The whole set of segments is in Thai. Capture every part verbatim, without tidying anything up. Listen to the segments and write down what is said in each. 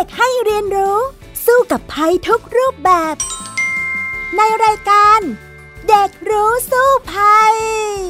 ด็กให้เรียนรู้สู้กับภัยทุกรูปแบบในรายการเด็กรู้สู้ภัย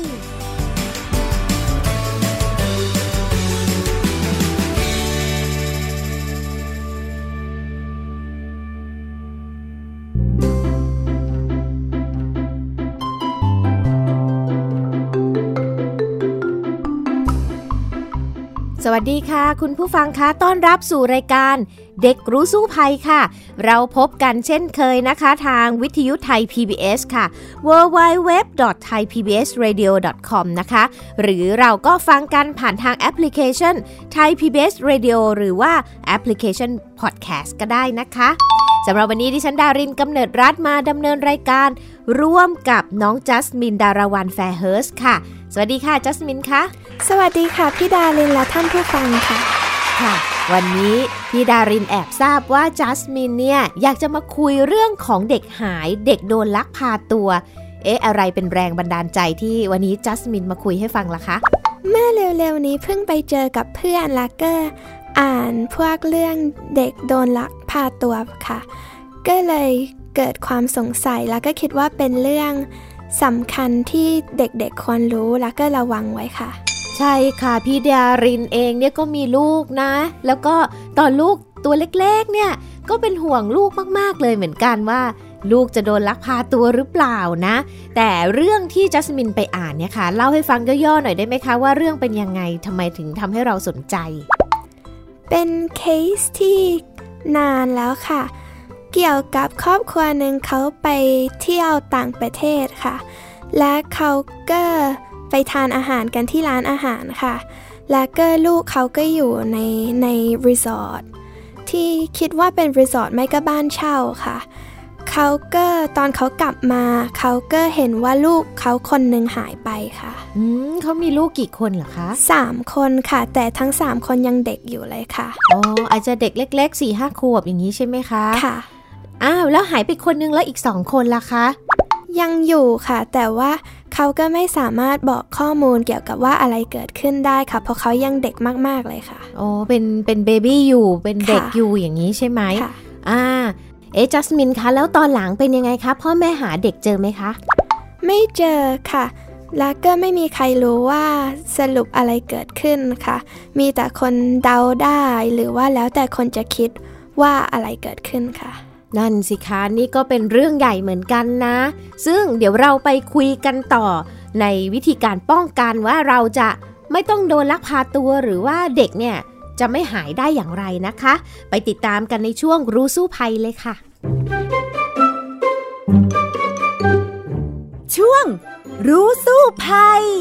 สวัสดีค่ะคุณผู้ฟังคะต้อนรับสู่รายการเด็กรู้สู้ภัยค่ะเราพบกันเช่นเคยนะคะทางวิทยุไทย พี บี เอส ค่ะ ดับเบิลยู ดับเบิลยู ดับเบิลยู ดอท ไทย พี บี เอส เรดิโอ ดอท คอม นะคะหรือเราก็ฟังกันผ่านทางแอปพลิเคชัน Thai พี บี เอส Radio หรือว่าแอปพลิเคชัน Podcast ก็ได้นะคะสำหรับวันนี้ดิฉันดารินกำเนิดรัตน์มาดำเนินรายการร่วมกับน้องจัสมินดารวรรณแฟร์เฮิร์สค่ะสวัสดีค่ะจัสมินคะสวัสดีค่ะพี่ดารินและท่านผู้ฟังค่ะค่ะวันนี้พี่ดารินแอบทราบว่าจัสมินเนี่ยอยากจะมาคุยเรื่องของเด็กหายเด็กโดนลักพาตัวเอ๊ะอะไรเป็นแรงบันดาลใจที่วันนี้จัสมินมาคุยให้ฟังล่ะคะเมื่อเร็วๆนี้เพิ่งไปเจอกับเพื่อนแล้วก็อ่านพวกเรื่องเด็กโดนลักพาตัวค่ะก็เลยเกิดความสงสัยแล้วก็คิดว่าเป็นเรื่องสำคัญที่เด็กๆควรรู้แล้วก็ระวังไว้ค่ะใช่ค่ะพี่ดารินเองเนี่ยก็มีลูกนะแล้วก็ตอนลูกตัวเล็กๆเนี่ยก็เป็นห่วงลูกมากๆเลยเหมือนกันว่าลูกจะโดนลักพาตัวหรือเปล่านะแต่เรื่องที่จัสมินไปอ่านเนี่ยค่ะเล่าให้ฟังย่อๆหน่อยได้ไหมคะว่าเรื่องเป็นยังไงทำไมถึงทำให้เราสนใจเป็นเคสที่นานแล้วค่ะเกี่ยวกับครอบครัวหนึ่งเขาไปเที่ยวต่างประเทศค่ะและเขาก็ไปทานอาหารกันที่ร้านอาหารค่ะและก็ลูกเขาก็อยู่ในในรีสอร์ทที่คิดว่าเป็นรีสอร์ทไม่ก็บ้านเช่าค่ะเขาก็ตอนเขากลับมาเขาก็เห็นว่าลูกเขาคนหนึ่งหายไปค่ะอืมเขามีลูกกี่คนเหรอคะสามคนค่ะแต่ทั้งสามคนยังเด็กอยู่เลยค่ะอ๋ออาจจะเด็กเล็กๆ สี่ห้า ขวบอย่างนี้ใช่ไหมคะค่ะอ้าวแล้วหายไปคนนึงแล้วอีกสองคนล่ะคะยังอยู่ค่ะแต่ว่าเขาก็ไม่สามารถบอกข้อมูลเกี่ยวกับว่าอะไรเกิดขึ้นได้ค่ะเพราะเขายังเด็กมากๆเลยค่ะโอ้เป็นเป็นเบบี้อยู่เป็นเด็กอยู่อย่างนี้ใช่ไหมค่ะอ่าเอ๊ะจัสมินคะแล้วตอนหลังเป็นยังไงคะพ่อแม่หาเด็กเจอไหมคะไม่เจอค่ะแล้วก็ไม่มีใครรู้ว่าสรุปอะไรเกิดขึ้นค่ะมีแต่คนเดาได้หรือว่าแล้วแต่คนจะคิดว่าอะไรเกิดขึ้นค่ะนั่นสิคะนี่ก็เป็นเรื่องใหญ่เหมือนกันนะซึ่งเดี๋ยวเราไปคุยกันต่อในวิธีการป้องกันว่าเราจะไม่ต้องโดนลักพาตัวหรือว่าเด็กเนี่ยจะไม่หายได้อย่างไรนะคะไปติดตามกันในช่วงรู้สู้ภัยเลยค่ะช่วงรู้สู้ภัย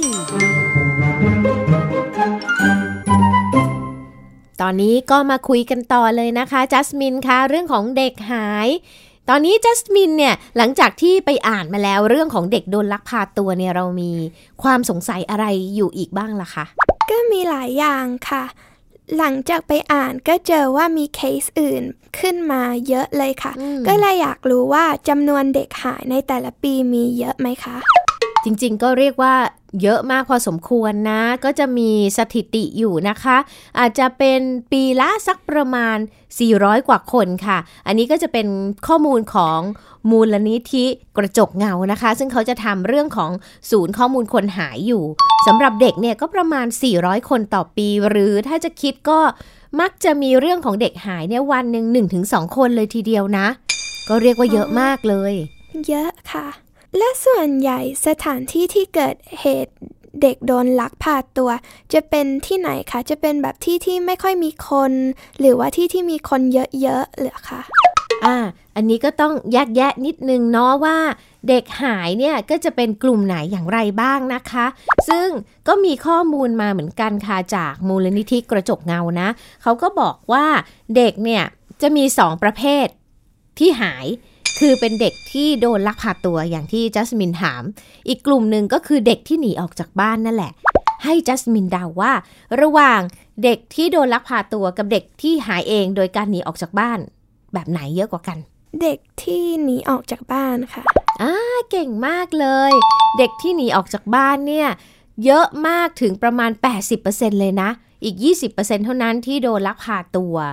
ตอนนี้ก็มาคุยกันต่อเลยนะคะจัสมินคะเรื่องของเด็กหายตอนนี้จัสมินเนี่ยหลังจากที่ไปอ่านมาแล้วเรื่องของเด็กโดนลักพาตัวเนี่ยเรามีความสงสัยอะไรอยู่อีกบ้างล่ะคะก็มีหลายอย่างค่ะหลังจากไปอ่านก็เจอว่ามีเคสอื่นขึ้นมาเยอะเลยค่ะก็เลยอยากรู้ว่าจำนวนเด็กหายในแต่ละปีมีเยอะไหมคะจริงๆก็เรียกว่าเยอะมากพอสมควรนะก็จะมีสถิติอยู่นะคะอาจจะเป็นปีละสักประมาณสี่ร้อยกว่าคนค่ะอันนี้ก็จะเป็นข้อมูลของมูลนิธิกระจกเงานะคะซึ่งเขาจะทำเรื่องของศูนย์ข้อมูลคนหายอยู่สำหรับเด็กเนี่ยก็ประมาณสี่ร้อยคนต่อปีหรือถ้าจะคิดก็มักจะมีเรื่องของเด็กหายเนี่ยวันหนึ่ง หนึ่งถึงสอง คนเลยทีเดียวนะก็เรียกว่าเยอะมากเลยเยอะค่ะและส่วนใหญ่สถานที่ที่เกิดเหตุเด็กโดนลักพาตัวจะเป็นที่ไหนคะจะเป็นแบบที่ที่ไม่ค่อยมีคนหรือว่าที่ที่มีคนเยอะๆหรือคะอ่าอันนี้ก็ต้องแยกแยะนิดนึงเนาะว่าเด็กหายเนี่ยก็จะเป็นกลุ่มไหนอย่างไรบ้างนะคะซึ่งก็มีข้อมูลมาเหมือนกันค่ะจากมูลนิธิกระจกเงานะเขาก็บอกว่าเด็กเนี่ยจะมีสองประเภทที่หายคือเป็นเด็กที่โดนลักพาตัวอย่างที่จัสมินถามอีกกลุ่มหนึ่งก็คือเด็กที่หนีออกจากบ้านนั่นแหละให้จัสมินเดาว่าระหว่างเด็กที่โดนลักพาตัวกับเด็กที่หายเองโดยการหนีออกจากบ้านแบบไหนเยอะกว่ากันเด็กที่หนีออกจากบ้านค่ะอ่าเก่งมากเลยเด็กที่หนีออกจากบ้านเนี่ยเยอะมากถึงประมาณ แปดสิบเปอร์เซ็นต์ เลยนะอีก ยี่สิบเปอร์เซ็นต์ เท่านั้นที่โดนลักพาตัว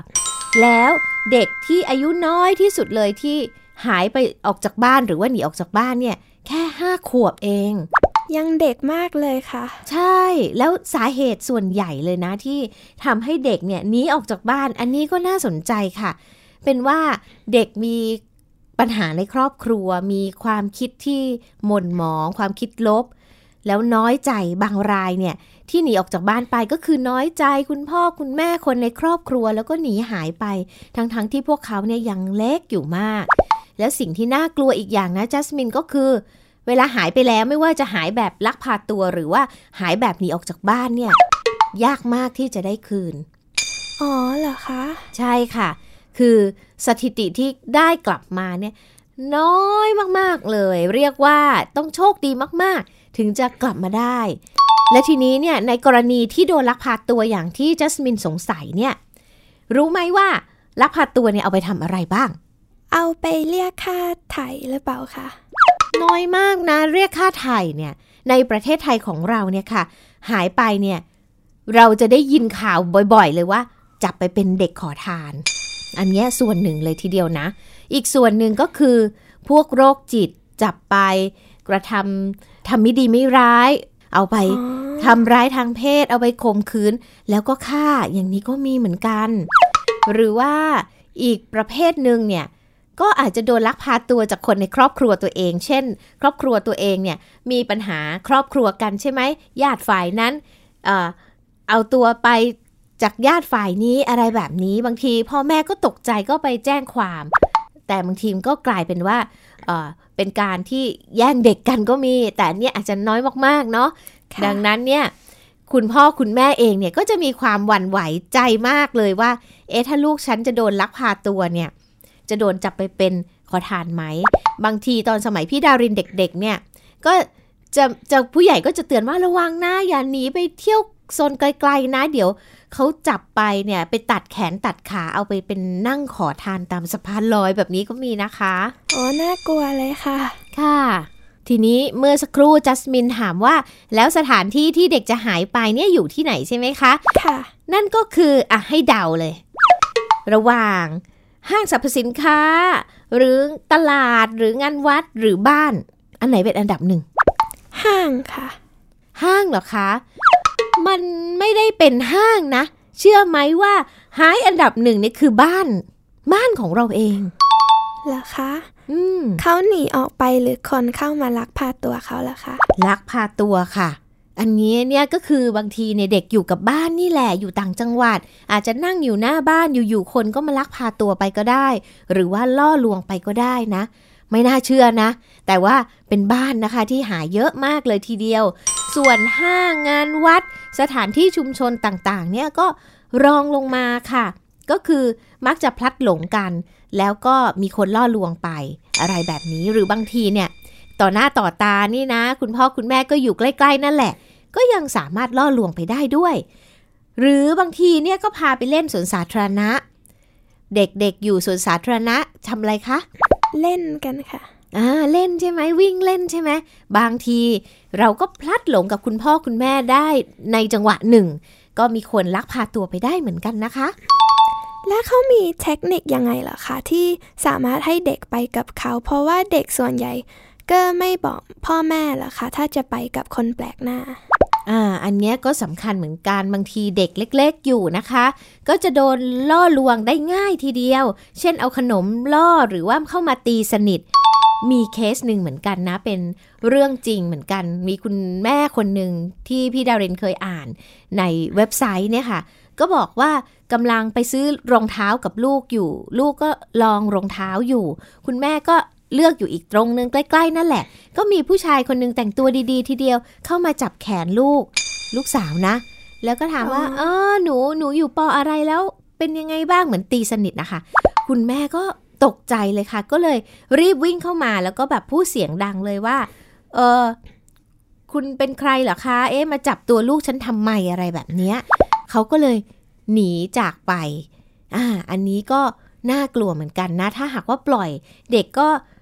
แล้วเด็กที่อายุน้อยที่สุดเลยที่หายไปออกจากบ้านหรือว่าหนีออกจากบ้านเนี่ยแค่ห้าขวบเองยังเด็กมากเลยค่ะใช่แล้วสาเหตุส่วนใหญ่เลยนะที่ทำให้เด็กเนี่ยหนีออกจากบ้านอันนี้ก็น่าสนใจค่ะเป็นว่าเด็กมีปัญหาในครอบครัวมีความคิดที่หม่นหมองความคิดลบแล้วน้อยใจบางรายเนี่ยที่หนีออกจากบ้านไปก็คือน้อยใจคุณพ่อคุณแม่คนในครอบครัวแล้วก็หนีหายไปทั้งๆ ท, ที่พวกเขาเนี่ยยังเล็กอยู่มากแล้วสิ่งที่น่ากลัวอีกอย่างนะจัสมินก็คือเวลาหายไปแล้วไม่ว่าจะหายแบบลักพาตัวหรือว่าหายแบบหนีออกจากบ้านเนี่ยยากมากที่จะได้คืนอ๋อเหรอคะใช่ค่ะคือสถิติที่ได้กลับมาเนี่ยน้อยมากๆเลยเรียกว่าต้องโชคดีมากๆถึงจะกลับมาได้และทีนี้เนี่ยในกรณีที่โดนลักพาตัวอย่างที่จัสมินสงสัยเนี่ยรู้ไหมว่าลักพาตัวเนี่ยเอาไปทำอะไรบ้างเอาไปเรียกค่าไถ่หรือเปล่าคะน้อยมากนะเรียกค่าไถ่เนี่ยในประเทศไทยของเราเนี่ยค่ะหายไปเนี่ยเราจะได้ยินข่าวบ่อยๆเลยว่าจับไปเป็นเด็กขอทานอันนี้ส่วนหนึ่งเลยทีเดียวนะอีกส่วนหนึ่งก็คือพวกโรคจิตจับไปกระทำทำไม่ดีไม่ร้ายเอาไปทำร้ายทางเพศเอาไปข่มขืนแล้วก็ฆ่าอย่างนี้ก็มีเหมือนกันหรือว่าอีกประเภทหนึ่งเนี่ยก็อาจจะโดนลักพาตัวจากคนในครอบครัวตัวเองเช่นครอบครัวตัวเองเนี่ยมีปัญหาครอบครัวกันใช่ไหมญาติฝ่ายนั้น เอ่อ เอาตัวไปจากญาติฝ่ายนี้อะไรแบบนี้บางทีพ่อแม่ก็ตกใจก็ไปแจ้งความแต่บางทีก็กลายเป็นว่าเอ่อเป็นการที่แย่งเด็กกันก็มีแต่เนี่ยอาจจะน้อยมากๆเนาะดังนั้นเนี่ยคุณพ่อคุณแม่เองเนี่ยก็จะมีความหวั่นไหวใจมากเลยว่าเอ๊ะถ้าลูกฉันจะโดนลักพาตัวเนี่ยจะโดนจับไปเป็นขอทานไหมบางทีตอนสมัยพี่ดารินเด็กๆเนี่ยก็จะจะผู้ใหญ่ก็จะเตือนว่าระวังนะอย่าหนีไปเที่ยวโซนไกลๆนะเดี๋ยวเขาจับไปเนี่ยไปตัดแขนตัดขาเอาไปเป็นนั่งขอทานตามสะพานลอยแบบนี้ก็มีนะคะอ๋อน่ากลัวเลยค่ะค่ะทีนี้เมื่อสักครู่จัสมินถามว่าแล้วสถานที่ที่เด็กจะหายไปเนี่ยอยู่ที่ไหนใช่ไหมคะค่ะนั่นก็คืออ่ะให้เดาเลยระหว่างห้างสรรพสินค้าหรือตลาดหรืองานวัดหรือบ้านอันไหนเป็นอันดับหนึ่งห้างค่ะห้างเหรอคะมันไม่ได้เป็นห้างนะเชื่อไหมว่าหายอันดับหนึ่งนี่คือบ้านบ้านของเราเองเหรอคะอืมเขาหนีออกไปหรือคนเข้ามาลักพาตัวเขาเหรอคะลักพาตัวค่ะอันนี้เนี่ยก็คือบางทีเนี่ยเด็กอยู่กับบ้านนี่แหละอยู่ต่างจังหวัดอาจจะนั่งอยู่หน้าบ้านอยู่ๆคนก็มาลักพาตัวไปก็ได้หรือว่าล่อลวงไปก็ได้นะไม่น่าเชื่อนะแต่ว่าเป็นบ้านนะคะที่หาเยอะมากเลยทีเดียวส่วนห้างงานวัดสถานที่ชุมชนต่างๆเนี่ยก็รองลงมาค่ะก็คือมักจะพลัดหลงกันแล้วก็มีคนล่อลวงไปอะไรแบบนี้หรือบางทีเนี่ยต่อหน้าต่อตานี่นะคุณพ่อคุณแม่ก็อยู่ใกล้ๆนั่นแหละก็ยังสามารถล่อลวงไปได้ด้วยหรือบางทีเนี่ยก็พาไปเล่นสวนสาธารณะเด็กๆอยู่สวนสาธารณะทำอะไรคะเล่นกันค่ะอ่าเล่นใช่ไหมวิ่งเล่นใช่ไหมบางทีเราก็พลัดหลงกับคุณพ่อคุณแม่ได้ในจังหวะหนึ่งก็มีคนลักพาตัวไปได้เหมือนกันนะคะและเขามีเทคนิคยังไงเหรอคะที่สามารถให้เด็กไปกับเขาเพราะว่าเด็กส่วนใหญ่ก็ไม่บอกพ่อแม่เหรอคะถ้าจะไปกับคนแปลกหน้าอ่าอันเนี้ยก็สำคัญเหมือนกันบางทีเด็กเล็กๆอยู่นะคะก็จะโดนล่อลวงได้ง่ายทีเดียวเช่นเอาขนมล่อหรือว่าเข้ามาตีสนิทมีเคสหนึ่งเหมือนกันนะเป็นเรื่องจริงเหมือนกันมีคุณแม่คนหนึ่งที่พี่ดารินเคยอ่านในเว็บไซต์เนี่ยค่ะก็บอกว่ากำลังไปซื้อรองเท้ากับลูกอยู่ลูกก็ลองรองเท้าอยู่คุณแม่ก็เลือกอยู่อีกตรงนึงใกล้ๆนั่นแหละก็มีผู้ชายคนนึงแต่งตัวดีๆทีเดียวเข้ามาจับแขนลูกลูกสาวนะแล้วก็ถามว่าเออหนูหนูอยู่ป.อะไรแล้วเป็นยังไงบ้างเหมือนตีสนิทนะคะคุณแม่ก็ตกใจเลยค่ะก็เลยรีบวิ่งเข้ามาแล้วก็แบบพูดเสียงดังเลยว่าเออคุณเป็นใครเหรอคะเอ๊ะมาจับตัวลูกฉันทำไมอะไรแบบเนี้ยเขาก็เลยหนีจากไปอ่าอันนี้ก็น่ากลัวเหมือนกันนะถ้าหากว่าปล่อยเด็กก็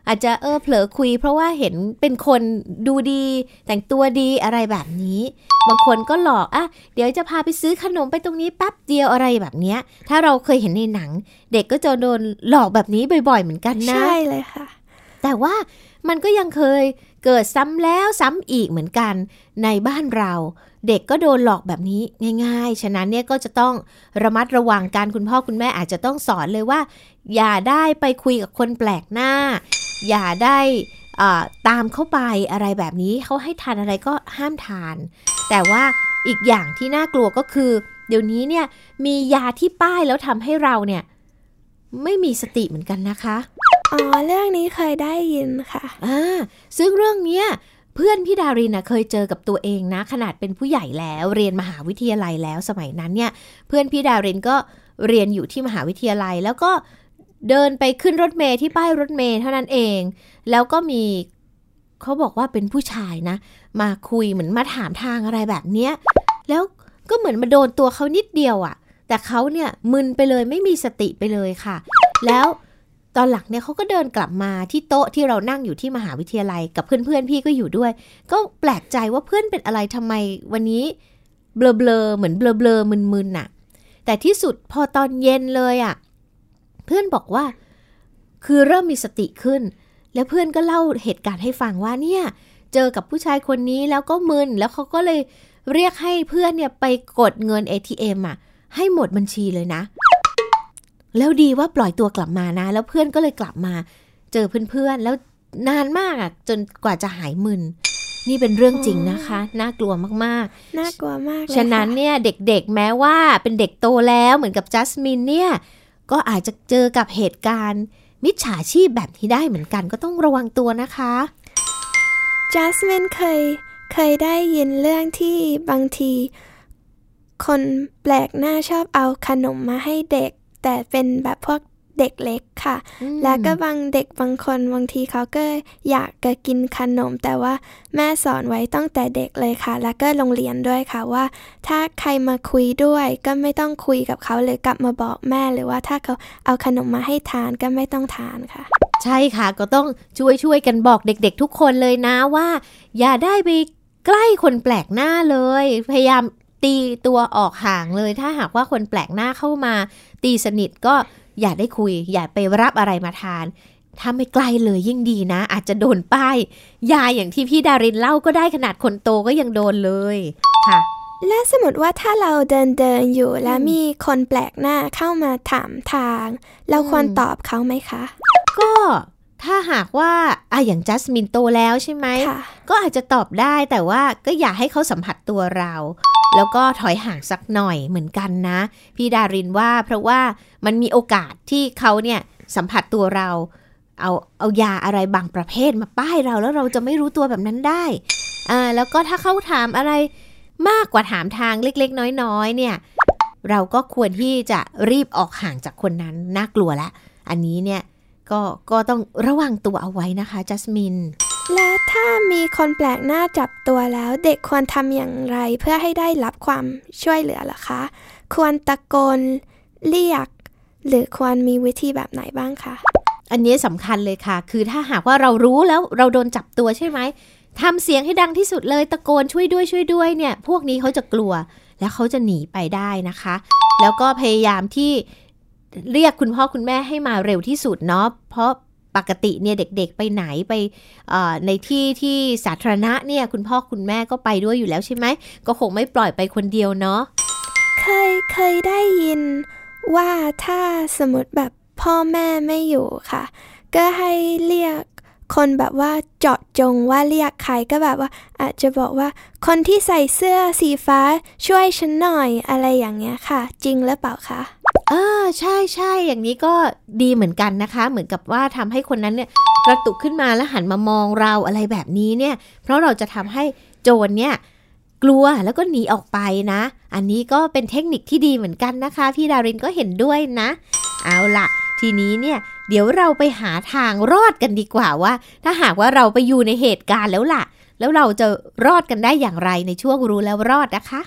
อาจจะเออเผลอคุยเพราะว่าเห็นเป็นคนดูดีแต่งตัวดีอะไรแบบนี้บางคนก็หลอกอ่ะเดี๋ยวจะพาไปซื้อขนมไปตรงนี้แป๊บเดียวอะไรแบบเนี้ยถ้าเราเคยเห็นในหนังเด็กก็จะโดนหลอกแบบนี้บ่อยๆเหมือนกันนะใช่เลยค่ะแต่ว่ามันก็ยังเคยเกิดซ้ำแล้วซ้ำอีกเหมือนกันในบ้านเราเด็กก็โดนหลอกแบบนี้ง่ายๆฉะนั้นเนี่ยก็จะต้องระมัดระวังกันคุณพ่อคุณแม่อาจจะต้องสอนเลยว่าอย่าได้ไปคุยกับคนแปลกหน้าอย่าได้ตามเข้าไปอะไรแบบนี้เขาให้ทานอะไรก็ห้ามทานแต่ว่าอีกอย่างที่น่ากลัวก็คือเดี๋ยวนี้เนี่ยมียาที่ป้ายแล้วทำให้เราเนี่ยไม่มีสติเหมือนกันนะคะอ๋อเรื่องนี้เคยได้ยินค่ะอ่าซึ่งเรื่องนี้เพื่อนพี่ดารินนะเคยเจอกับตัวเองนะขนาดเป็นผู้ใหญ่แล้วเรียนมหาวิทยาลัยแล้วสมัยนั้นเนี่ยเพื่อนพี่ดารินก็เรียนอยู่ที่มหาวิทยาลัยแล้วก็เดินไปขึ้นรถเมล์ที่ป้ายรถเมล์เท่านั้นเองแล้วก็มีเขาบอกว่าเป็นผู้ชายนะมาคุยเหมือนมาถามทางอะไรแบบเนี้ยแล้วก็เหมือนมาโดนตัวเขานิดเดียวอ่ะแต่เขาเนี่ยมึนไปเลยไม่มีสติไปเลยค่ะแล้วตอนหลังเนี่ยเขาก็เดินกลับมาที่โต๊ะที่เรานั่งอยู่ที่มหาวิทยาลัยกับเพื่อนๆพี่ก็อยู่ด้วยก็แปลกใจว่าเพื่อนเป็นอะไรทำไมวันนี้เบลอๆเหมือนเบลอๆมึนๆน่ะแต่ที่สุดพอตอนเย็นเลยอ่ะเพื่อนบอกว่าคือเริ่มมีสติขึ้นแล้วเพื่อนก็เล่าเหตุการณ์ให้ฟังว่าเนี่ยเจอกับผู้ชายคนนี้แล้วก็มึนแล้วเขาก็เลยเรียกให้เพื่อนเนี่ยไปกดเงิน เอ ที เอ็ม อ่ะให้หมดบัญชีเลยนะแล้วดีว่าปล่อยตัวกลับมานะแล้วเพื่อนก็เลยกลับมาเจอเพื่อนๆแล้วนานมากอ่ะจนกว่าจะหายมึนนี่เป็นเรื่องจริงนะคะน่ากลัวมากๆน่ากลัวมากเลยฉะนั้นเนี่ยเด็กๆแม้ว่าเป็นเด็กโตแล้วเหมือนกับจัสมินเนี่ยก็อาจจะเจอกับเหตุการณ์มิจฉาชีพแบบนี้ได้เหมือนกันก็ต้องระวังตัวนะคะจัสมินเคยเคยได้ยินเรื่องที่บางทีคนแปลกหน้าชอบเอาขนมมาให้เด็กแต่เป็นแบบพวกเด็กเล็กค่ะแล้วก็บางเด็กบางคนบางทีเขาก็อยากจะกินขนมแต่ว่าแม่สอนไว้ตั้งแต่เด็กเลยค่ะแล้วก็โรงเรียนด้วยค่ะว่าถ้าใครมาคุยด้วยก็ไม่ต้องคุยกับเขาเลยกลับมาบอกแม่หรือว่าถ้าเขาเอาขนมมาให้ทานก็ไม่ต้องทานค่ะใช่ค่ะก็ต้องช่วยช่วยกันบอกเด็กๆทุกคนเลยนะว่าอย่าได้ไปใกล้คนแปลกหน้าเลยพยายามตีตัวออกห่างเลยถ้าหากว่าคนแปลกหน้าเข้ามาตีสนิทก็อย่าได้คุยอย่าไปรับอะไรมาทานถ้าไม่ใกล้เลยยิ่งดีนะอาจจะโดนป้ายยาอย่างที่พี่ดารินเล่าก็ได้ขนาดคนโตก็ยังโดนเลยค่ะและสมมติว่าถ้าเราเดินเดินอยู่แล้วมีคนแปลกหน้าเข้ามาถามทางเราควรตอบเขาไหมคะก็ถ้าหากว่าอ่ะอย่างจัสมินโตแล้วใช่ไหมก็อาจจะตอบได้แต่ว่าก็อย่าให้เขาสัมผัสตัวเราแล้วก็ถอยห่างสักหน่อยเหมือนกันนะพี่ดารินว่าเพราะว่ามันมีโอกาสที่เขาเนี่ยสัมผัสตัวเราเอาเอายาอะไรบางประเภทมาป้ายเราแล้วเราจะไม่รู้ตัวแบบนั้นได้อ่าแล้วก็ถ้าเขาถามอะไรมากกว่าถามทางเล็กๆน้อยๆเนี่ยเราก็ควรที่จะรีบออกห่างจากคนนั้นน่ากลัวละอันนี้เนี่ยก็ก็ต้องระวังตัวเอาไว้นะคะจัสมินและถ้ามีคนแปลกหน้าจับตัวแล้วเด็กควรทำอย่างไรเพื่อให้ได้รับความช่วยเหลือล่ะคะควรตะโกนเรียกหรือควรมีวิธีแบบไหนบ้างคะอันนี้สำคัญเลยค่ะคือถ้าหากว่าเรารู้แล้วเราโดนจับตัวใช่ไหมทำเสียงให้ดังที่สุดเลยตะโกนช่วยด้วยช่วยด้วยเนี่ยพวกนี้เขาจะกลัวแล้วเขาจะหนีไปได้นะคะแล้วก็พยายามที่เรียกคุณพ่อคุณแม่ให้มาเร็วที่สุดเนาะเพราะปกติเนี่ยเด็กๆไปไหนไปในที่ที่สาธารณะเนี่ยคุณพ่อคุณแม่ก็ไปด้วยอยู่แล้วใช่ไหมก็คงไม่ปล่อยไปคนเดียวเนาะเคยเคยได้ยินว่าถ้าสมมติแบบพ่อแม่ไม่อยู่ค่ะก็ให้เรียกคนแบบว่าเจาะจงว่าเรียกใครก็แบบว่าอาจจะบอกว่าคนที่ใส่เสื้อสีฟ้าช่วยฉันหน่อยอะไรอย่างเงี้ยค่ะจริงหรือเปล่าคะอ่าใช่ใช่อย่างนี้ก็ดีเหมือนกันนะคะเหมือนกับว่าทำให้คนนั้นเนี่ยกระตุกขึ้นมาแล้วหันมามองเราอะไรแบบนี้เนี่ยเพราะเราจะทำให้โจรเนี่ยกลัวแล้วก็หนีออกไปนะอันนี้ก็เป็นเทคนิคที่ดีเหมือนกันนะคะพี่ดารินก็เห็นด้วยนะเอาล่ะทีนี้เนี่ยเดี๋ยวเราไปหาทางรอดกันดีกว่าว่าถ้าหากว่าเราไปอยู่ในเหตุการณ์แล้วล่ะแล้วเราจะรอดกันได้อย่างไรในช่วงรู้แล้วรอดนะคะ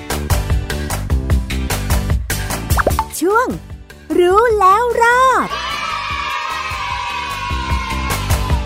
ช่วงรู้แล้วรอด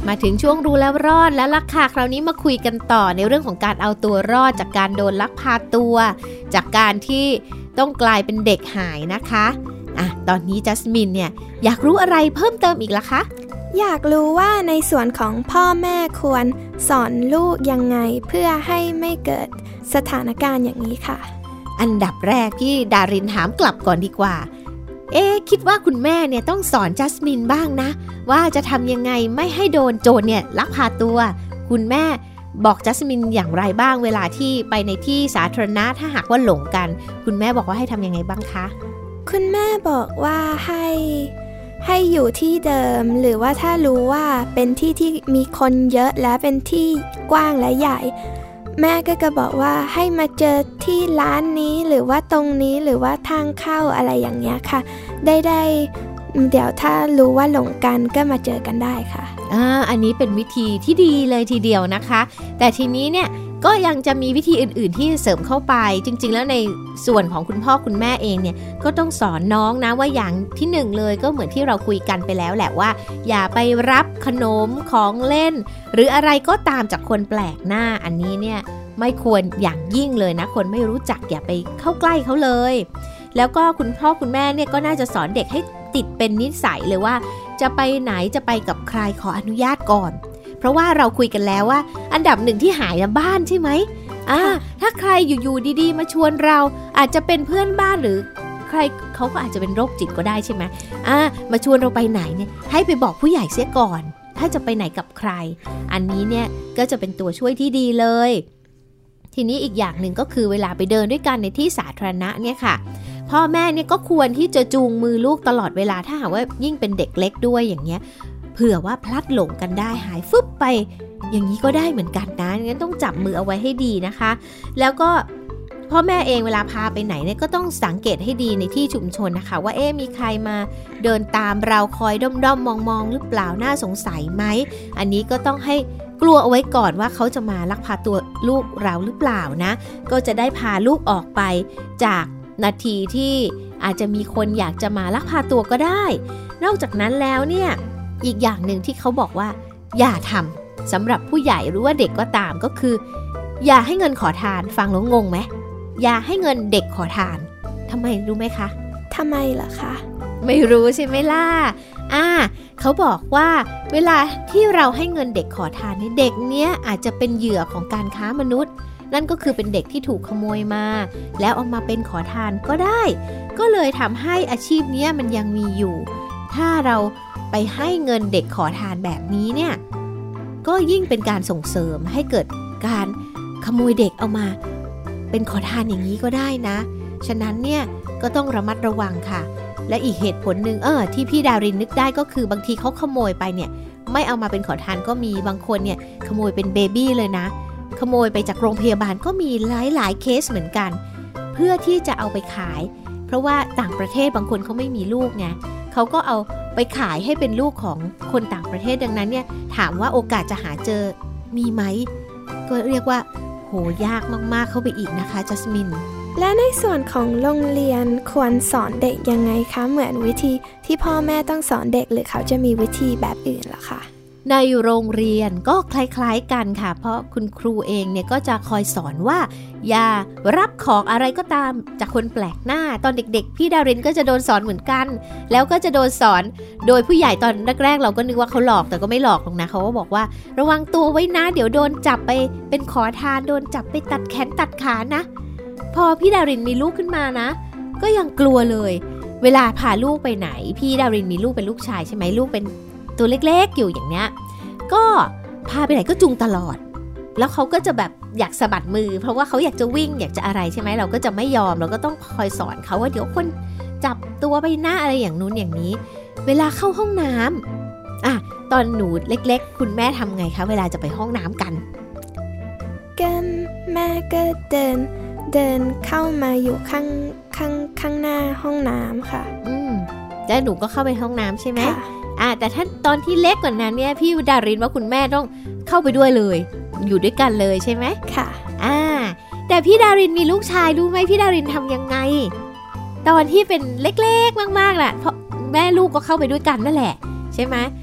มาถึงช่วงรู้แล้วรอดแล้วล่ะค่ะคราวนี้มาคุยกันต่อในเรื่องของการเอาตัวรอดจากการโดนลักพาตัวจากการที่ต้องกลายเป็นเด็กหายนะคะอ่ะตอนนี้จัสมินเนี่ยอยากรู้อะไรเพิ่มเติมอีกล่ะคะอยากรู้ว่าในส่วนของพ่อแม่ควรสอนลูกยังไงเพื่อให้ไม่เกิดสถานการณ์อย่างนี้ค่ะอันดับแรกที่ดารินถามกลับก่อนดีกว่าเอ๊ะคิดว่าคุณแม่เนี่ยต้องสอนจัสมินบ้างนะว่าจะทำยังไงไม่ให้โดนโจรเนี่ยลักพาตัวคุณแม่บอกจัสมินอย่างไรบ้างเวลาที่ไปในที่สาธารณะถ้าหากว่าหลงกันคุณแม่บอกว่าให้ทำยังไงบ้างคะคุณแม่บอกว่าให้ให้อยู่ที่เดิมหรือว่าถ้ารู้ว่าเป็นที่ที่มีคนเยอะและเป็นที่กว้างและใหญ่แม่ก็จะบอกว่าให้มาเจอที่ร้านนี้หรือว่าตรงนี้หรือว่าทางเข้าอะไรอย่างเงี้ยค่ะได้ได้เดี๋ยวถ้ารู้ว่าหลงกันก็มาเจอกันได้ค่ะอ่าอันนี้เป็นวิธีที่ดีเลยทีเดียวนะคะแต่ทีนี้เนี่ยก็ยังจะมีวิธีอื่นๆที่เสริมเข้าไปจริงๆแล้วในส่วนของคุณพ่อคุณแม่เองเนี่ยก็ต้องสอนน้องนะว่าอย่างที่หนึ่งเลยก็เหมือนที่เราคุยกันไปแล้วแหละว่าอย่าไปรับขนมของเล่นหรืออะไรก็ตามจากคนแปลกหน้าอันนี้เนี่ยไม่ควรอย่างยิ่งเลยนะคนไม่รู้จักอย่าไปเข้าใกล้เขาเลยแล้วก็คุณพ่อคุณแม่เนี่ยก็น่าจะสอนเด็กให้ติดเป็นนิสัยเลยว่าจะไปไหนจะไปกับใครขออนุญาตก่อนเพราะว่าเราคุยกันแล้วว่าอันดับหนึ่งที่หายนะบ้านใช่ไหมอ่าถ้าใครอยู่ๆดีๆมาชวนเราอาจจะเป็นเพื่อนบ้านหรือใครเขาก็อาจจะเป็นโรคจิตก็ได้ใช่ไหมอ่ามาชวนเราไปไหนเนี่ยให้ไปบอกผู้ใหญ่เสียก่อนถ้าจะไปไหนกับใครอันนี้เนี่ยก็จะเป็นตัวช่วยที่ดีเลยทีนี้อีกอย่างหนึ่งก็คือเวลาไปเดินด้วยกันในที่สาธารณะเนี่ยค่ะพ่อแม่เนี่ยก็ควรที่จะจูงมือลูกตลอดเวลาถ้าหากว่ายิ่งเป็นเด็กเล็กด้วยอย่างเงี้ยเผื่อว่าพลัดหลงกันได้หายฟึบไปอย่างนี้ก็ได้เหมือนกันนะงั้นต้องจับมือเอาไว้ให้ดีนะคะแล้วก็พ่อแม่เองเวลาพาไปไหนเนี่ยก็ต้องสังเกตให้ดีในที่ชุมชนนะคะว่าเอ๊ะมีใครมาเดินตามเราคอยด้อมๆมองๆหรือเปล่าน่าสงสัยไหมอันนี้ก็ต้องให้กลัวเอาไว้ก่อนว่าเขาจะมาลักพาตัวลูกเราหรือเปล่านะก็จะได้พาลูกออกไปจากนาทีที่อาจจะมีคนอยากจะมาลักพาตัวก็ได้นอกจากนั้นแล้วเนี่ยอีกอย่างหนึ่งที่เขาบอกว่าอย่าทำสำหรับผู้ใหญ่หรือว่าเด็กก็ตามก็คืออย่าให้เงินขอทานฟังแล้วงงไหมอย่าให้เงินเด็กขอทานทำไมรู้ไหมคะทำไมล่ะคะไม่รู้ใช่ไหมล่ะอ่าเขาบอกว่าเวลาที่เราให้เงินเด็กขอทานเนี่ยเด็กเนี้ยอาจจะเป็นเหยื่อของการค้ามนุษย์นั่นก็คือเป็นเด็กที่ถูกขโมยมาแล้วเอามาเป็นขอทานก็ได้ก็เลยทำให้อาชีพนี้มันยังมีอยู่ถ้าเราไปให้เงินเด็กขอทานแบบนี้เนี่ยก็ยิ่งเป็นการส่งเสริมให้เกิดการขโมยเด็กเอามาเป็นขอทานอย่างนี้ก็ได้นะฉะนั้นเนี่ยก็ต้องระมัดระวังค่ะและอีกเหตุผลหนึ่งเออที่พี่ดารินนึกได้ก็คือบางทีเขาขโมยไปเนี่ยไม่เอามาเป็นขอทานก็มีบางคนเนี่ยขโมยเป็นเบบี้เลยนะขโมยไปจากโรงพยาบาลก็มีหลายๆเคสเหมือนกันเพื่อที่จะเอาไปขายเพราะว่าต่างประเทศบางคนเขาไม่มีลูกไงเขาก็เอาไปขายให้เป็นลูกของคนต่างประเทศดังนั้นเนี่ยถามว่าโอกาสจะหาเจอมีไหมก็เรียกว่าโหยากมากๆเข้าไปอีกนะคะจัสมินและในส่วนของโรงเรียนควรสอนเด็กยังไงคะเหมือนวิธีที่พ่อแม่ต้องสอนเด็กหรือเขาจะมีวิธีแบบอื่นล่ะคะในโรงเรียนก็คล้ายๆกันค่ะเพราะคุณครูเองเนี่ยก็จะคอยสอนว่าอย่ารับของอะไรก็ตามจากคนแปลกหน้าตอนเด็กๆพี่ดารินก็จะโดนสอนเหมือนกันแล้วก็จะโดนสอนโดยผู้ใหญ่ตอนแรกๆเราก็นึกว่าเขาหลอกแต่ก็ไม่หลอกหรอกนะเขาก็บอกว่าระวังตัวไว้นะเดี๋ยวโดนจับไปเป็นขอทานโดนจับไปตัดแขนตัดขานะพอพี่ดารินมีลูกขึ้นมานะก็ยังกลัวเลยเวลาพาลูกไปไหนพี่ดารินมีลูกเป็นลูกชายใช่ไหมลูกเป็นตัวเล็กๆอยู่อย่างเนี้ยก็พาไปไหนก็จูงตลอดแล้วเขาก็จะแบบอยากสะบัดมือเพราะว่าเขาอยากจะวิ่งอยากจะอะไรใช่ไหมเราก็จะไม่ยอมเราก็ต้องคอยสอนเขาว่าเดี๋ยวคนจับตัวไปหน้าอะไรอย่างนู้นอย่างนี้เวลาเข้าห้องน้ำอ่ะตอนหนูเล็กๆคุณแม่ทำไงคะเวลาจะไปห้องน้ำกันกันแม่ก็เดินเดินเข้ามาอยู่ข้างข้างข้างหน้าห้องน้ำค่ะอืมแล้วหนูก็เข้าไปห้องน้ำใช่ไหมอ่าแต่ถ้าตอนที่เล็กกว่านั้นเนี่ยพี่ดารินว่าคุณแม่ต้องเข้าไปด้วยเลยอยู่ด้วยกันเลยใช่ไหมค่ะอ่าแต่พี่ดารินมีลูกชายรู้ไหมพี่ดารินทำยังไงตอนที่เป็นเล็กๆมากๆแหละเพราะแม่ลูกก็เข้าไปด้วยกันนั่นแหละใช่ไหม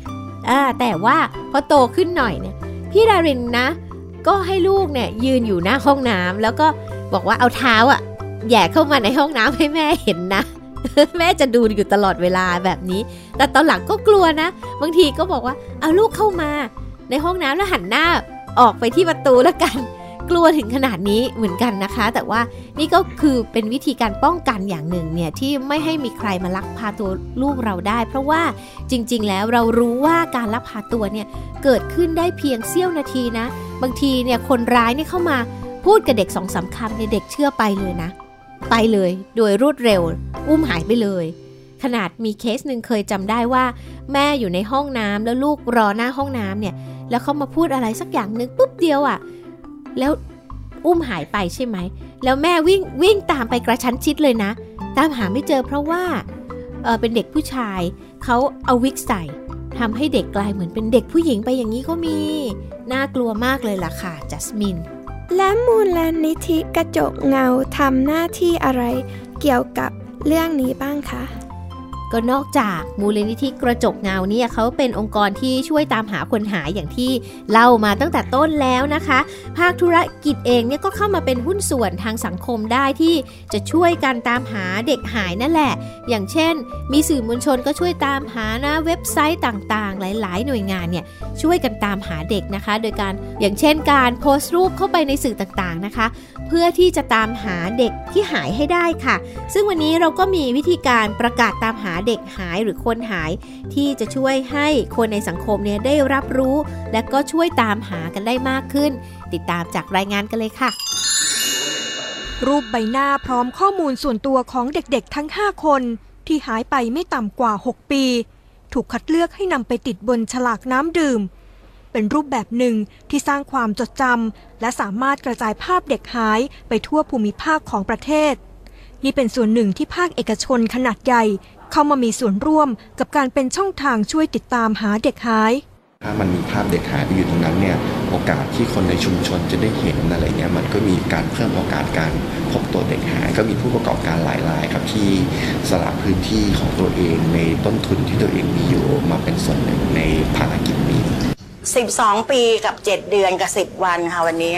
อ่าแต่ว่าพอโตขึ้นหน่อยเนี่ยพี่ดารินนะก็ให้ลูกเนี่ยยืนอยู่หน้าห้องน้ำแล้วก็บอกว่าเอาเท้าอ่ะแหย่เข้ามาในห้องน้ำให้แม่เห็นนะ แม่จะดูอยู่ตลอดเวลาแบบนี้แต่ตอนหลังก็กลัวนะบางทีก็บอกว่าเอาลูกเข้ามาในห้องน้ำแล้วหันหน้าออกไปที่ประตูแล้วกันกลัวถึงขนาดนี้เหมือนกันนะคะแต่ว่านี่ก็คือเป็นวิธีการป้องกันอย่างหนึ่งเนี่ยที่ไม่ให้มีใครมาลักพาตัวลูกเราได้เพราะว่าจริงๆแล้วเรารู้ว่าการลักพาตัวเนี่ยเกิดขึ้นได้เพียงเสี้ยวนาทีนะบางทีเนี่ยคนร้ายเนี่ยเข้ามาพูดกับเด็ก สองสาม คำเนี่ยเด็กเชื่อไปเลยนะไปเลยโดยรวดเร็วอุ้มหายไปเลยขนาดมีเคสหนึ่งเคยจำได้ว่าแม่อยู่ในห้องน้ำแล้วลูกรอหน้าห้องน้ำเนี่ยแล้วเขามาพูดอะไรสักอย่างนึงปุ๊บเดียวอ่ะแล้วอุ้มหายไปใช่ไหมแล้วแม่วิ่งวิ่งตามไปกระชั้นชิดเลยนะตามหาไม่เจอเพราะว่า เอ่อ เป็นเด็กผู้ชายเขาเอาวิกใส่ทำให้เด็กกลายเหมือนเป็นเด็กผู้หญิงไปอย่างนี้ก็มีน่ากลัวมากเลยล่ะค่ะจัสมินและมูลนิธิกระจกเงาทำหน้าที่อะไรเกี่ยวกับเรื่องนี้บ้างคะก็นอกจากมูลนิธิกระจกเงาเนี่ยเขาเป็นองค์กรที่ช่วยตามหาคนหายอย่างที่เล่ามาตั้งแต่ต้นแล้วนะคะภาคธุรกิจเองเนี่ยก็เข้ามาเป็นหุ้นส่วนทางสังคมได้ที่จะช่วยกันตามหาเด็กหายนั่นแหละอย่างเช่นมีสื่อมวลชนก็ช่วยตามหานะเว็บไซต์ต่างๆหลายๆหน่วยงานเนี่ยช่วยกันตามหาเด็กนะคะโดยการอย่างเช่นการโพสต์รูปเข้าไปในสื่อต่างๆนะคะเพื่อที่จะตามหาเด็กที่หายให้ได้ค่ะซึ่งวันนี้เราก็มีวิธีการประกาศตามหาเด็กหายหรือคนหายที่จะช่วยให้คนในสังคมเนี่ยได้รับรู้และก็ช่วยตามหากันได้มากขึ้นติดตามจากรายงานกันเลยค่ะรูปใบหน้าพร้อมข้อมูลส่วนตัวของเด็กๆทั้งห้าคนที่หายไปไม่ต่ำกว่าหกปีถูกคัดเลือกให้นำไปติดบนฉลากน้ำดื่มเป็นรูปแบบหนึ่งที่สร้างความจดจำและสามารถกระจายภาพเด็กหายไปทั่วภูมิภาคของประเทศนี่เป็นส่วนหนึ่งที่ภาคเอกชนขนาดใหญ่เข้ามามีส่วนร่วมกับการเป็นช่องทางช่วยติดตามหาเด็กหายถ้ามันมีภาพเด็กหายไปอยู่ตรงนั้นเนี่ยโอกาสที่คนในชุมชนจะได้เห็นอะไรเงี้ยมันก็มีการเพิ่มโอกาสการพบตัวเด็กหายก็มีผู้ประกอบการหลายรายครับที่สละพื้นที่ของตัวเองในต้นทุนที่ตัวเองมีอยู่มาเป็นส่วนหนึ่งในภารกิจนี้สิบสองปีกับเจ็ดเดือนกับสิบวันค่ะวันนี้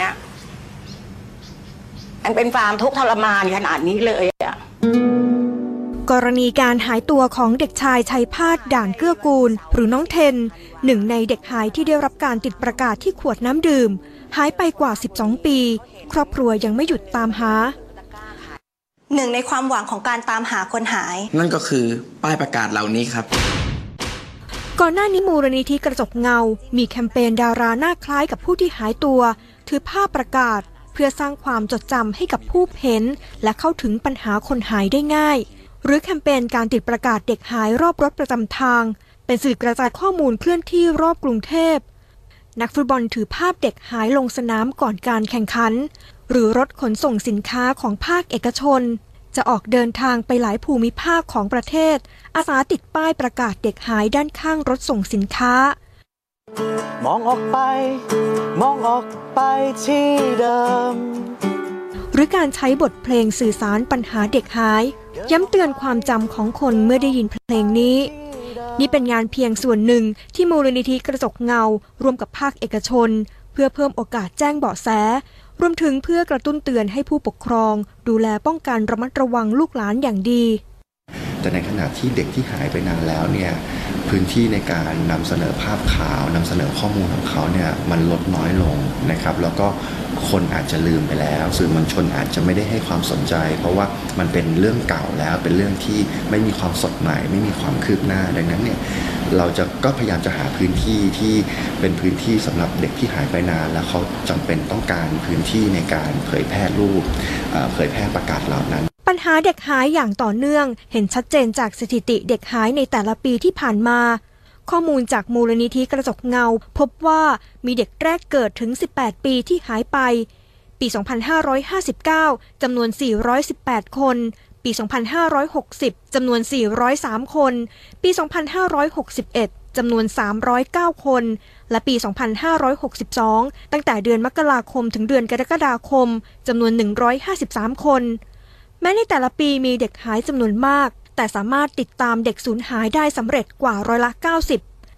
มันเป็นความทุกข์ทรมานขนาดนี้เลยอ่ะกรณีการหายตัวของเด็กชายชัยพาสด่านเกื้อกูลหรือน้องเทนหนึ่งในเด็กหายที่ได้รับการติดประกาศที่ขวดน้ำดื่มหายไปกว่าสิบสองปีครอบครัวยังไม่หยุดตามหาหนึ่งในความหวังของการตามหาคนหายนั่นก็คือป้ายประกาศเหล่านี้ครับก่อนหน้านี้มูลนิธิกระจกเงามีแคมเปญดาราหน้าคล้ายกับผู้ที่หายตัวถือภาพประกาศเพื่อสร้างความจดจำให้กับผู้เห็นและเข้าถึงปัญหาคนหายได้ง่ายหรือแคมเปญการติดประกาศเด็กหายรอบรถประจำทางเป็นสื่อกระจายข้อมูลเคลื่อนที่รอบกรุงเทพนักฟุตบอลถือภาพเด็กหายลงสนามก่อนการแข่งขันหรือรถขนส่งสินค้าของภาคเอกชนจะออกเดินทางไปหลายภูมิภาคของประเทศอาสาติดป้ายประกาศเด็กหายด้านข้างรถส่งสินค้ามองออกไปมองออกไปที่เดิมหรือการใช้บทเพลงสื่อสารปัญหาเด็กหายย้ำเตือนความจำของคนเมื่อได้ยินเพลงนี้นี่เป็นงานเพียงส่วนหนึ่งที่มูลนิธิกระจกเงาร่วมกับภาคเอกชนเพื่อเพิ่มโอกาสแจ้งเบาะแสรวมถึงเพื่อกระตุ้นเตือนให้ผู้ปกครองดูแลป้องกันระมัดระวังลูกหลานอย่างดีแต่ในขณะที่เด็กที่หายไปนานแล้วเนี่ยพื้นที่ในการนำเสนอภาพข่าวนำเสนอข้อมูลของเขาเนี่ยมันลดน้อยลงนะครับแล้วก็คนอาจจะลืมไปแล้วสื่อมวลชนอาจจะไม่ได้ให้ความสนใจเพราะว่ามันเป็นเรื่องเก่าแล้วเป็นเรื่องที่ไม่มีความสดใหม่ไม่มีความคืบหน้าดังนั้นเนี่ยเราจะก็พยายามจะหาพื้นที่ที่เป็นพื้นที่สำหรับเด็กที่หายไปนานแล้วเขาจำเป็นต้องการพื้นที่ในการเผยแพร่รูปเผยแพร่ประกาศเหล่านั้นปัญหาเด็กหายอย่างต่อเนื่องเห็นชัดเจนจากสถิติเด็กหายในแต่ละปีที่ผ่านมาข้อมูลจากมูลนิธิกระจกเงาพบว่ามีเด็กแรกเกิดถึงสิบแปดปีที่หายไปปีสองพันห้าร้อยห้าสิบเก้าจำนวนสี่ร้อยสิบแปดคนปีสองพันห้าร้อยหกสิบจำนวนสี่ร้อยสามคนปีสองพันห้าร้อยหกสิบเอ็ดจำนวนสามร้อยเก้าคนและปีสองพันห้าร้อยหกสิบสองตั้งแต่เดือนมกราคมถึงเดือนกรกฎาคมจำนวนหนึ่งร้อยห้าสิบสามคนแม้ในแต่ละปีมีเด็กหายจำนวนมากแต่สามารถติดตามเด็กสูญหายได้สำเร็จกว่าร้อยละเก้าสิบ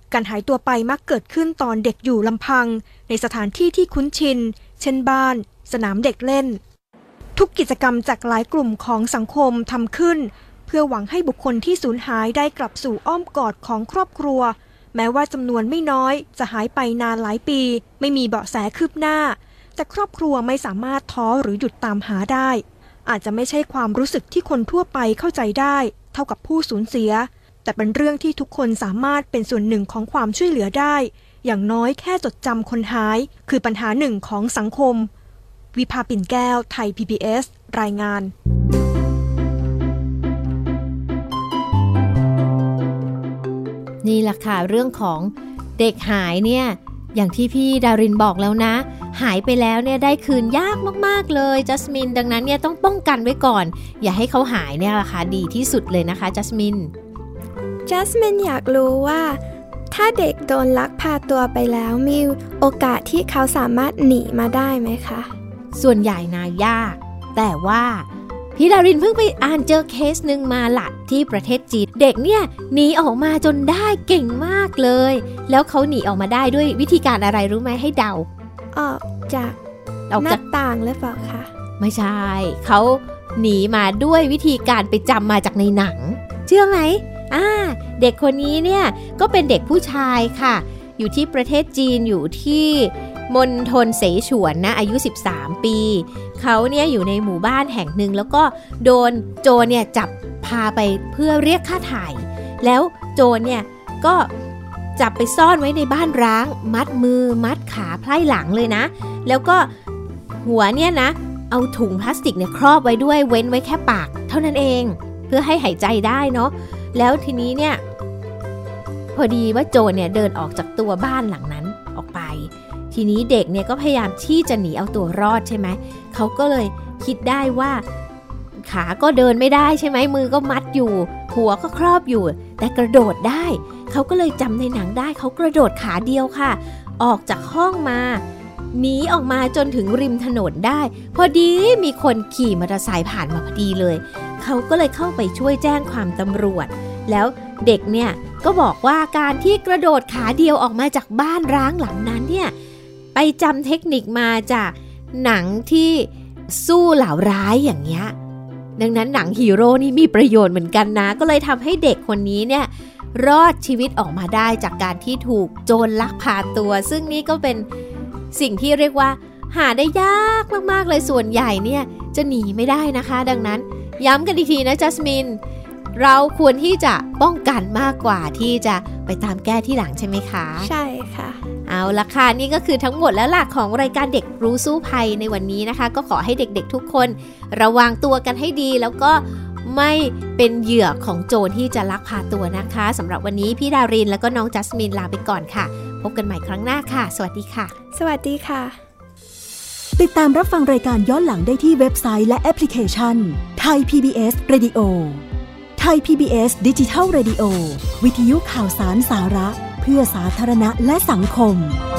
การหายตัวไปมักเกิดขึ้นตอนเด็กอยู่ลำพังในสถานที่ที่คุ้นชินเช่นบ้านสนามเด็กเล่นทุกกิจกรรมจากหลายกลุ่มของสังคมทำขึ้นเพื่อหวังให้บุคคลที่สูญหายได้กลับสู่อ้อมกอดของครอบครัวแม้ว่าจำนวนไม่น้อยจะหายไปนานหลายปีไม่มีเบาะแสคืบหน้าแต่ครอบครัวไม่สามารถท้อหรือหยุดตามหาได้อาจจะไม่ใช่ความรู้สึกที่คนทั่วไปเข้าใจได้เท่ากับผู้สูญเสียแต่เป็นเรื่องที่ทุกคนสามารถเป็นส่วนหนึ่งของความช่วยเหลือได้อย่างน้อยแค่จดจำคนหายคือปัญหาหนึ่งของสังคมวิภาปิ่นแก้วไทย พี บี เอส รายงานนี่แหละค่ะเรื่องของเด็กหายเนี่ยอย่างที่พี่ดารินบอกแล้วนะหายไปแล้วเนี่ยได้คืนยากมากๆเลยจัสมินดังนั้นเนี่ยต้องป้องกันไว้ก่อนอย่าให้เขาหายเนี่ยราคาดีที่สุดเลยนะคะจัสมินจัสมินอยากรู้ว่าถ้าเด็กโดนลักพาตัวไปแล้วมีโอกาสที่เขาสามารถหนีมาได้ไหมคะส่วนใหญ่นะยากแต่ว่าพี่ดารินเพิ่งไปอ่านเจอเคสหนึ่งมาละที่ประเทศจีนเด็กเนี่ยหนีออกมาจนได้เก่งมากเลยแล้วเขาหนีออกมาได้ด้วยวิธีการอะไรรู้ไหมให้เดาออกจากหน้าต่างหรือเปล่าคะไม่ใช่เขาหนีมาด้วยวิธีการไปจำมาจากในหนังเชื่อไหมอ่าเด็กคนนี้เนี่ยก็เป็นเด็กผู้ชายค่ะอยู่ที่ประเทศจีนอยู่ที่มณฑลเสฉวนนะอายุสิบสามปีเขาเนี่ยอยู่ในหมู่บ้านแห่งหนึ่งแล้วก็โดนโจรเนี่ยจับพาไปเพื่อเรียกค่าไถ่แล้วโจรเนี่ยก็จับไปซ่อนไว้ในบ้านร้างมัดมือมัดขาไพร่หลังเลยนะแล้วก็หัวเนี่ยนะเอาถุงพลาสติกเนี่ยครอบไว้ด้วยเว้นไว้แค่ปากเท่านั้นเองเพื่อให้หายใจได้เนาะแล้วทีนี้เนี่ยพอดีว่าโจรเนี่ยเดินออกจากตัวบ้านหลังนั้นออกไปทีนี้เด็กเนี่ยก็พยายามที่จะหนีเอาตัวรอดใช่ไหมเขาก็เลยคิดได้ว่าขาก็เดินไม่ได้ใช่ไหมมือก็มัดอยู่หัวก็ครอบอยู่แต่กระโดดได้เขาก็เลยจำในหนังได้เขากระโดดขาเดียวค่ะออกจากห้องมาหนีออกมาจนถึงริมถนนได้พอดีมีคนขี่มอเตอร์ไซค์ผ่านมาพอดีเลยเขาก็เลยเข้าไปช่วยแจ้งความตำรวจแล้วเด็กเนี่ยก็บอกว่าการที่กระโดดขาเดียวออกมาจากบ้านร้างหลังนั้นเนี่ยไปจำเทคนิคมาจากหนังที่สู้เหล่าร้ายอย่างเงี้ยดังนั้นหนังฮีโร่นี่มีประโยชน์เหมือนกันนะก็เลยทำให้เด็กคนนี้เนี่ยรอดชีวิตออกมาได้จากการที่ถูกโจรลักพาตัวซึ่งนี่ก็เป็นสิ่งที่เรียกว่าหาได้ยากมากๆเลยส่วนใหญ่เนี่ยจะหนีไม่ได้นะคะดังนั้นย้ำกันอีกทีนะจัสมินเราควรที่จะป้องกันมากกว่าที่จะไปตามแก้ที่หลังใช่ไหมคะใช่ค่ะเอาล่ะค่ะนี่ก็คือทั้งหมดแล้วล่ะของรายการเด็กรู้สู้ภัยในวันนี้นะคะก็ขอให้เด็กๆทุกคนระวังตัวกันให้ดีแล้วก็ไม่เป็นเหยื่อของโจรที่จะลักพาตัวนะคะสำหรับวันนี้พี่ดารินแล้วก็น้องจัสมินลาไปก่อนค่ะพบกันใหม่ครั้งหน้าค่ะสวัสดีค่ะสวัสดีค่ะติดตามรับฟังรายการย้อนหลังได้ที่เว็บไซต์และแอปพลิเคชัน Thai พี บี เอส Radio Thai พี บี เอส Digital Radio วิทยุข่าวสารสาระเพื่อสาธารณะและสังคม